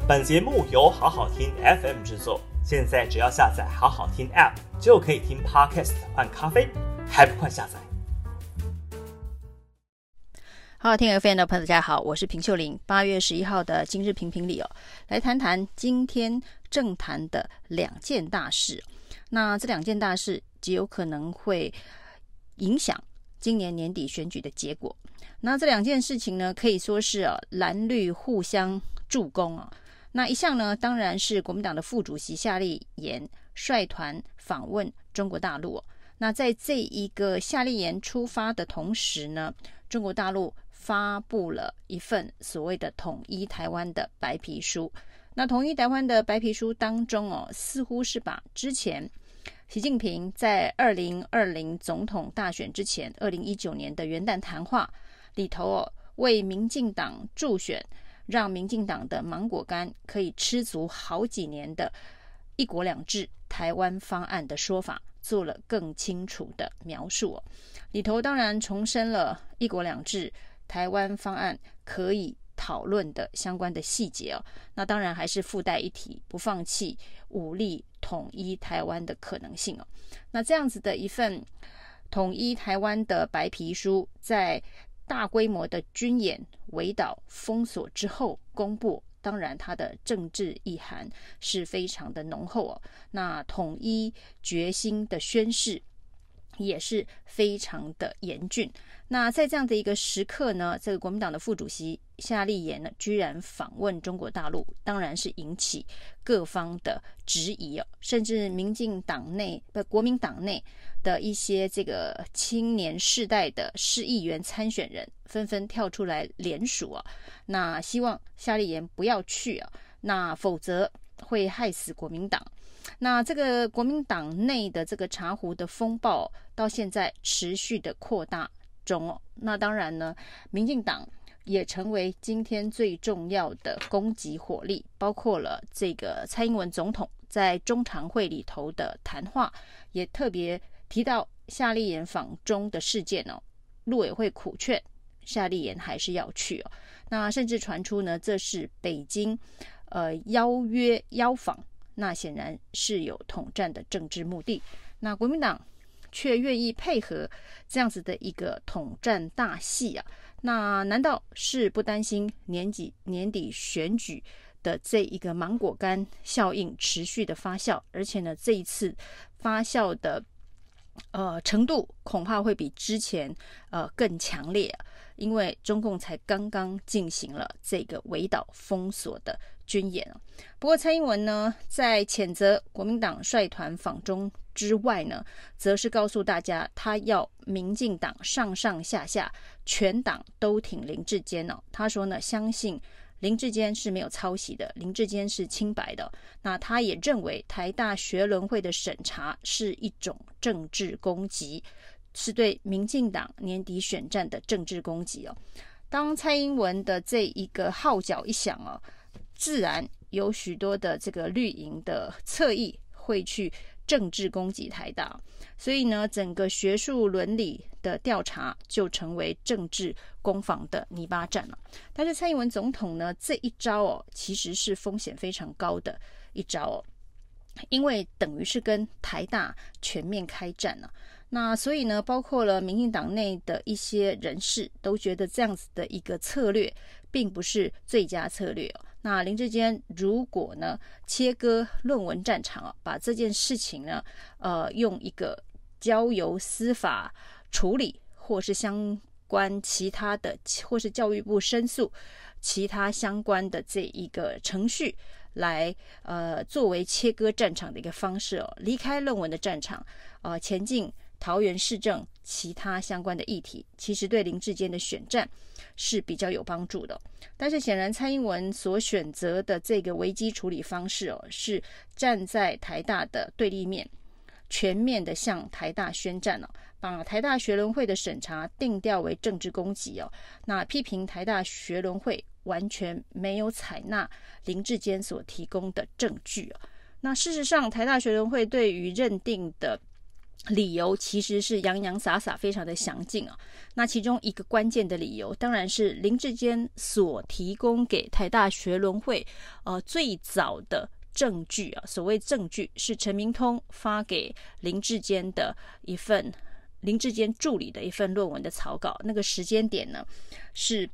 本节目由好好听 FM 制作，现在只要下载好好听 App 就可以听 Podcast 换咖啡，还不快下载？ 好好听 FM 的朋友大家好，我是平秀玲。8月11号的今日评评理来谈谈今天政坛的两件大事。那这两件大事极有可能会影响今年年底选举的结果。那这两件事情呢，可以说是蓝绿互相助攻那一项呢，当然是国民党的副主席夏立言率团访问中国大陆那在这一个夏立言出发的同时呢，中国大陆发布了一份所谓的统一台湾的白皮书。那统一台湾的白皮书当中似乎是把之前习近平在2020总统大选之前2019年的元旦谈话里头为民进党助选，让民进党的芒果干可以吃足好几年的一国两制台湾方案的说法做了更清楚的描述里头当然重申了一国两制台湾方案可以讨论的相关的细节那当然还是附带一提，不放弃武力统一台湾的可能性那这样子的一份统一台湾的白皮书，在大规模的军演、围岛、封锁之后公布，当然它的政治意涵是非常的浓厚那统一决心的宣示也是非常的严峻。那在这样的一个时刻呢，这个国民党的副主席夏立言呢，居然访问中国大陆，当然是引起各方的质疑甚至民进党内国民党内的一些这个青年世代的市议员参选人纷纷跳出来联署那希望夏立言不要去那否则会害死国民党。那这个国民党内的这个茶壶的风暴到现在持续的扩大中那当然呢，民进党也成为今天最重要的攻击火力，包括了这个蔡英文总统在中常会里头的谈话，也特别提到夏立言访中的事件陆委会苦劝夏立言还是要去那甚至传出呢，这是北京邀约邀访，那显然是有统战的政治目的。那国民党却愿意配合这样子的一个统战大戏那难道是不担心年底选举的这一个芒果干效应持续的发酵，而且呢这一次发酵的程度恐怕会比之前更强烈因为中共才刚刚进行了这个围岛封锁的军演不过蔡英文呢，在谴责国民党率团访中之外呢，则是告诉大家他要民进党上上下下全党都挺林智坚他说呢，相信林智坚是没有抄袭的，林智坚是清白的那他也认为台大学伦会的审查是一种政治攻击，是对民进党年底选战的政治攻击当蔡英文的这一个号角一响自然有许多的这个绿营的侧翼会去政治攻击台大，所以呢，整个学术伦理的调查就成为政治攻防的泥巴战了。但是蔡英文总统呢，这一招其实是风险非常高的一招因为等于是跟台大全面开战那所以呢，包括了民进党内的一些人士都觉得这样子的一个策略并不是最佳策略那林智坚如果呢切割论文战场把这件事情呢用一个交由司法处理，或是相关其他的，或是教育部申诉其他相关的这一个程序来作为切割战场的一个方式离开论文的战场前进桃园市政其他相关的议题，其实对林智坚的选战是比较有帮助的。但是显然蔡英文所选择的这个危机处理方式是站在台大的对立面，全面的向台大宣战把台大学伦会的审查定调为政治攻击那批评台大学伦会完全没有采纳林智坚所提供的证据那事实上台大学伦会对于认定的理由其实是洋洋洒洒，非常的详尽啊。那其中一个关键的理由，当然是林智坚所提供给台大学伦会最早的证据啊。所谓证据是陈明通发给林智坚的一份林智坚助理的一份论文的草稿，那个时间点呢是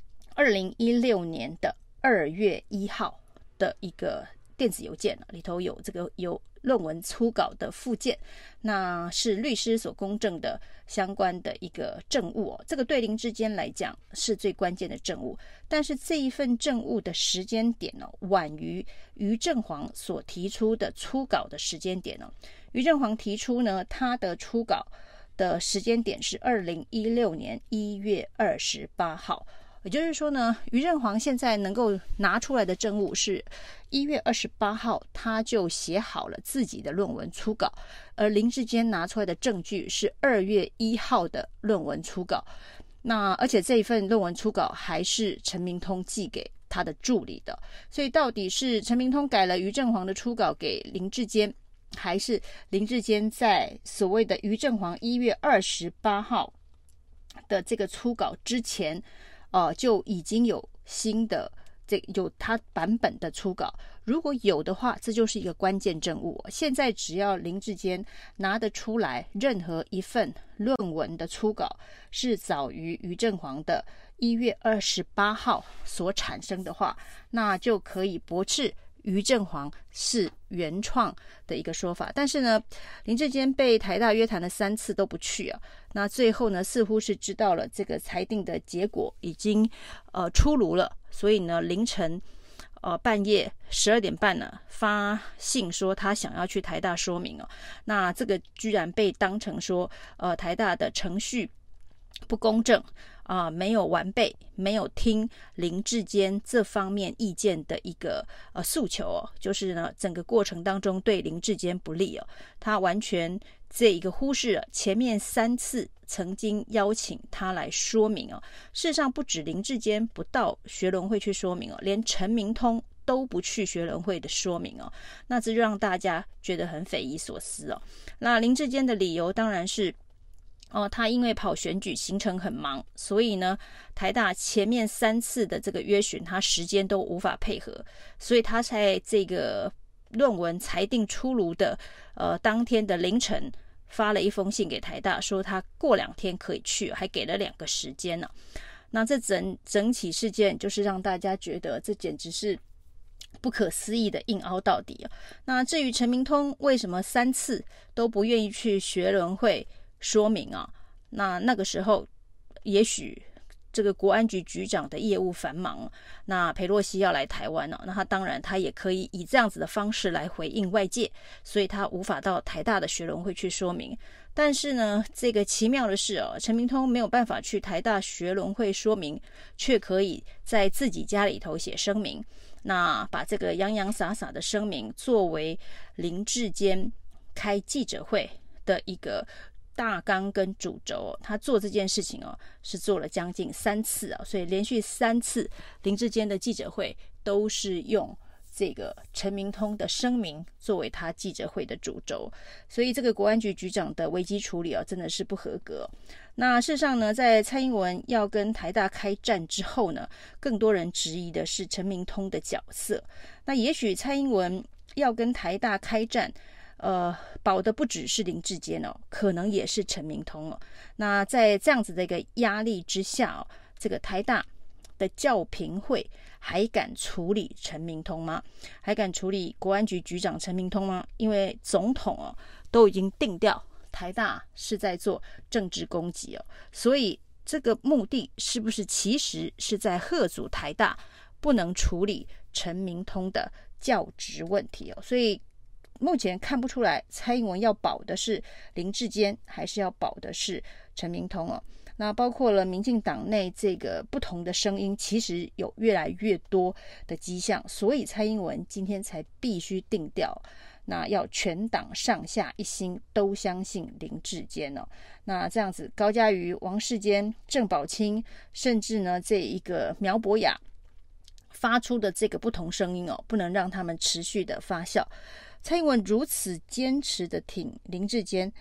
2016年的2月1号的一个电子邮件，里头有论文初稿的附件，那是律师所公证的相关的一个证物这个对林智坚来讲是最关键的证物，但是这一份证物的时间点晚于于正煌所提出的初稿的时间点于正煌提出呢，他的初稿的时间点是2016年1月28号。也就是说呢，于正煌现在能够拿出来的证物是1月28号他就写好了自己的论文初稿，而林智坚拿出来的证据是2月1号的论文初稿。那而且这一份论文初稿还是陈明通寄给他的助理的，所以到底是陈明通改了于正煌的初稿给林智坚，还是林智坚在所谓的于正煌1月28号的这个初稿之前就已经有新的有他版本的初稿？如果有的话，这就是一个关键证物。现在只要林智坚拿得出来任何一份论文的初稿是早于于正煌的1月28号所产生的话，那就可以驳斥于正煌是原创的一个说法。但是呢，林智坚被台大约谈了3次都不去啊。那最后呢，似乎是知道了这个裁定的结果已经出炉了，所以呢，凌晨半夜12点半呢发信说他想要去台大说明那这个居然被当成说台大的程序不公正没有完备，没有听林智坚这方面意见的一个诉求就是呢整个过程当中对林智坚不利他完全这一个忽视了前面3次曾经邀请他来说明事实上不止林智坚不到学伦会去说明连陈明通都不去学伦会的说明那这就让大家觉得很匪夷所思那林智坚的理由当然是他因为跑选举行程很忙，所以呢台大前面3次的这个约询他时间都无法配合，所以他在这个论文裁定出炉的当天的凌晨发了一封信给台大，说他过2天可以去，还给了2个时间那这整起事件就是让大家觉得这简直是不可思议的硬凹到底那至于陈明通为什么3次都不愿意去学伦会说明那个时候也许这个国安局局长的业务繁忙，那裴洛西要来台湾那他当然他也可以以这样子的方式来回应外界，所以他无法到台大的学伦会去说明。但是呢，这个奇妙的是陈明通没有办法去台大学伦会说明，却可以在自己家里头写声明，那把这个洋洋洒洒的声明作为林智坚开记者会的一个大纲跟主轴他做这件事情是做了将近3次所以连续3次林智坚的记者会都是用这个陈明通的声明作为他记者会的主轴，所以这个国安局局长的危机处理真的是不合格那事实上呢，在蔡英文要跟台大开战之后呢，更多人质疑的是陈明通的角色。那也许蔡英文要跟台大开战保的不只是林智坚可能也是陈明通那在这样子的一个压力之下这个台大的教评会还敢处理陈明通吗？还敢处理国安局局长陈明通吗？因为总统都已经定调台大是在做政治攻击所以这个目的是不是其实是在嚇阻台大不能处理陈明通的教职问题所以目前看不出来蔡英文要保的是林智坚还是要保的是陈明通那包括了民进党内这个不同的声音其实有越来越多的迹象，所以蔡英文今天才必须定调，那要全党上下一心都相信林智坚那这样子高嘉瑜、王世坚、郑宝清甚至呢这一个苗博雅发出的这个不同声音不能让他们持续的发酵。蔡英文如此坚持的挺林智坚，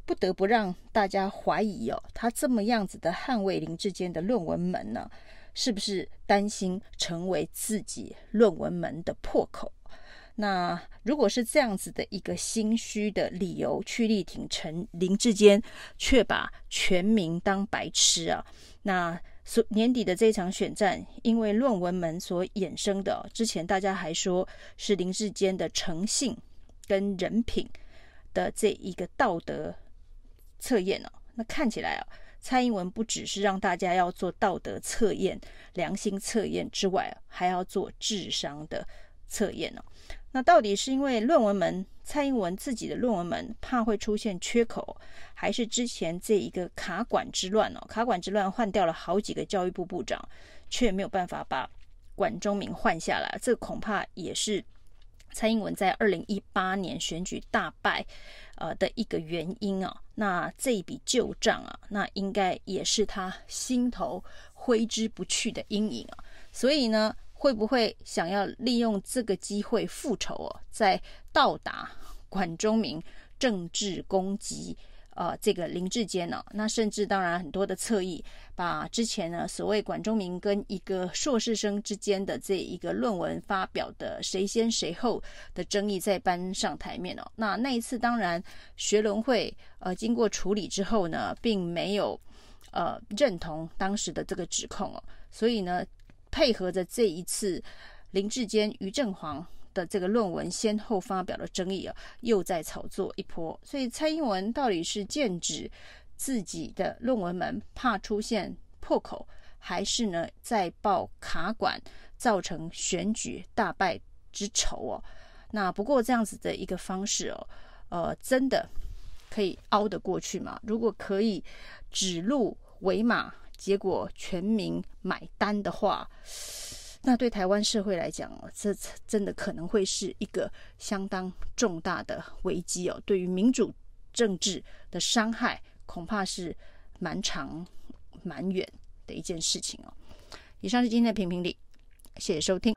不得不让大家怀疑他这么样子的捍卫林智坚的论文门呢，是不是担心成为自己论文门的破口？那如果是这样子的一个心虚的理由去力挺林智坚，却把全民当白痴那年底的这场选战，因为论文门所衍生的之前大家还说是林智坚的诚信跟人品的这一个道德测验那看起来蔡英文不只是让大家要做道德测验、良心测验之外，还要做智商的测验那到底是因为论文门蔡英文自己的论文门怕会出现缺口，还是之前这一个卡管之乱卡管之乱换掉了好几个教育部部长，却没有办法把管中闵换下来？这恐怕也是蔡英文在2018年选举大败的一个原因那这一笔旧账那应该也是他心头挥之不去的阴影所以呢，会不会想要利用这个机会复仇再倒打管中闵政治攻击这个林智坚那甚至当然很多的侧翼把之前呢所谓管中闵跟一个硕士生之间的这一个论文发表的谁先谁后的争议再搬上台面那一次当然学伦会经过处理之后呢，并没有认同当时的这个指控所以呢配合着这一次林智坚、于正煌的这个论文先后发表的争议又在炒作一波。所以蔡英文到底是剑指自己的论文门怕出现破口，还是呢再爆卡管造成选举大败之仇那不过这样子的一个方式真的可以凹得过去吗？如果可以指鹿为马，结果全民买单的话，那对台湾社会来讲这真的可能会是一个相当重大的危机对于民主政治的伤害恐怕是蛮长蛮远的一件事情以上是今天的评评理，谢谢收听。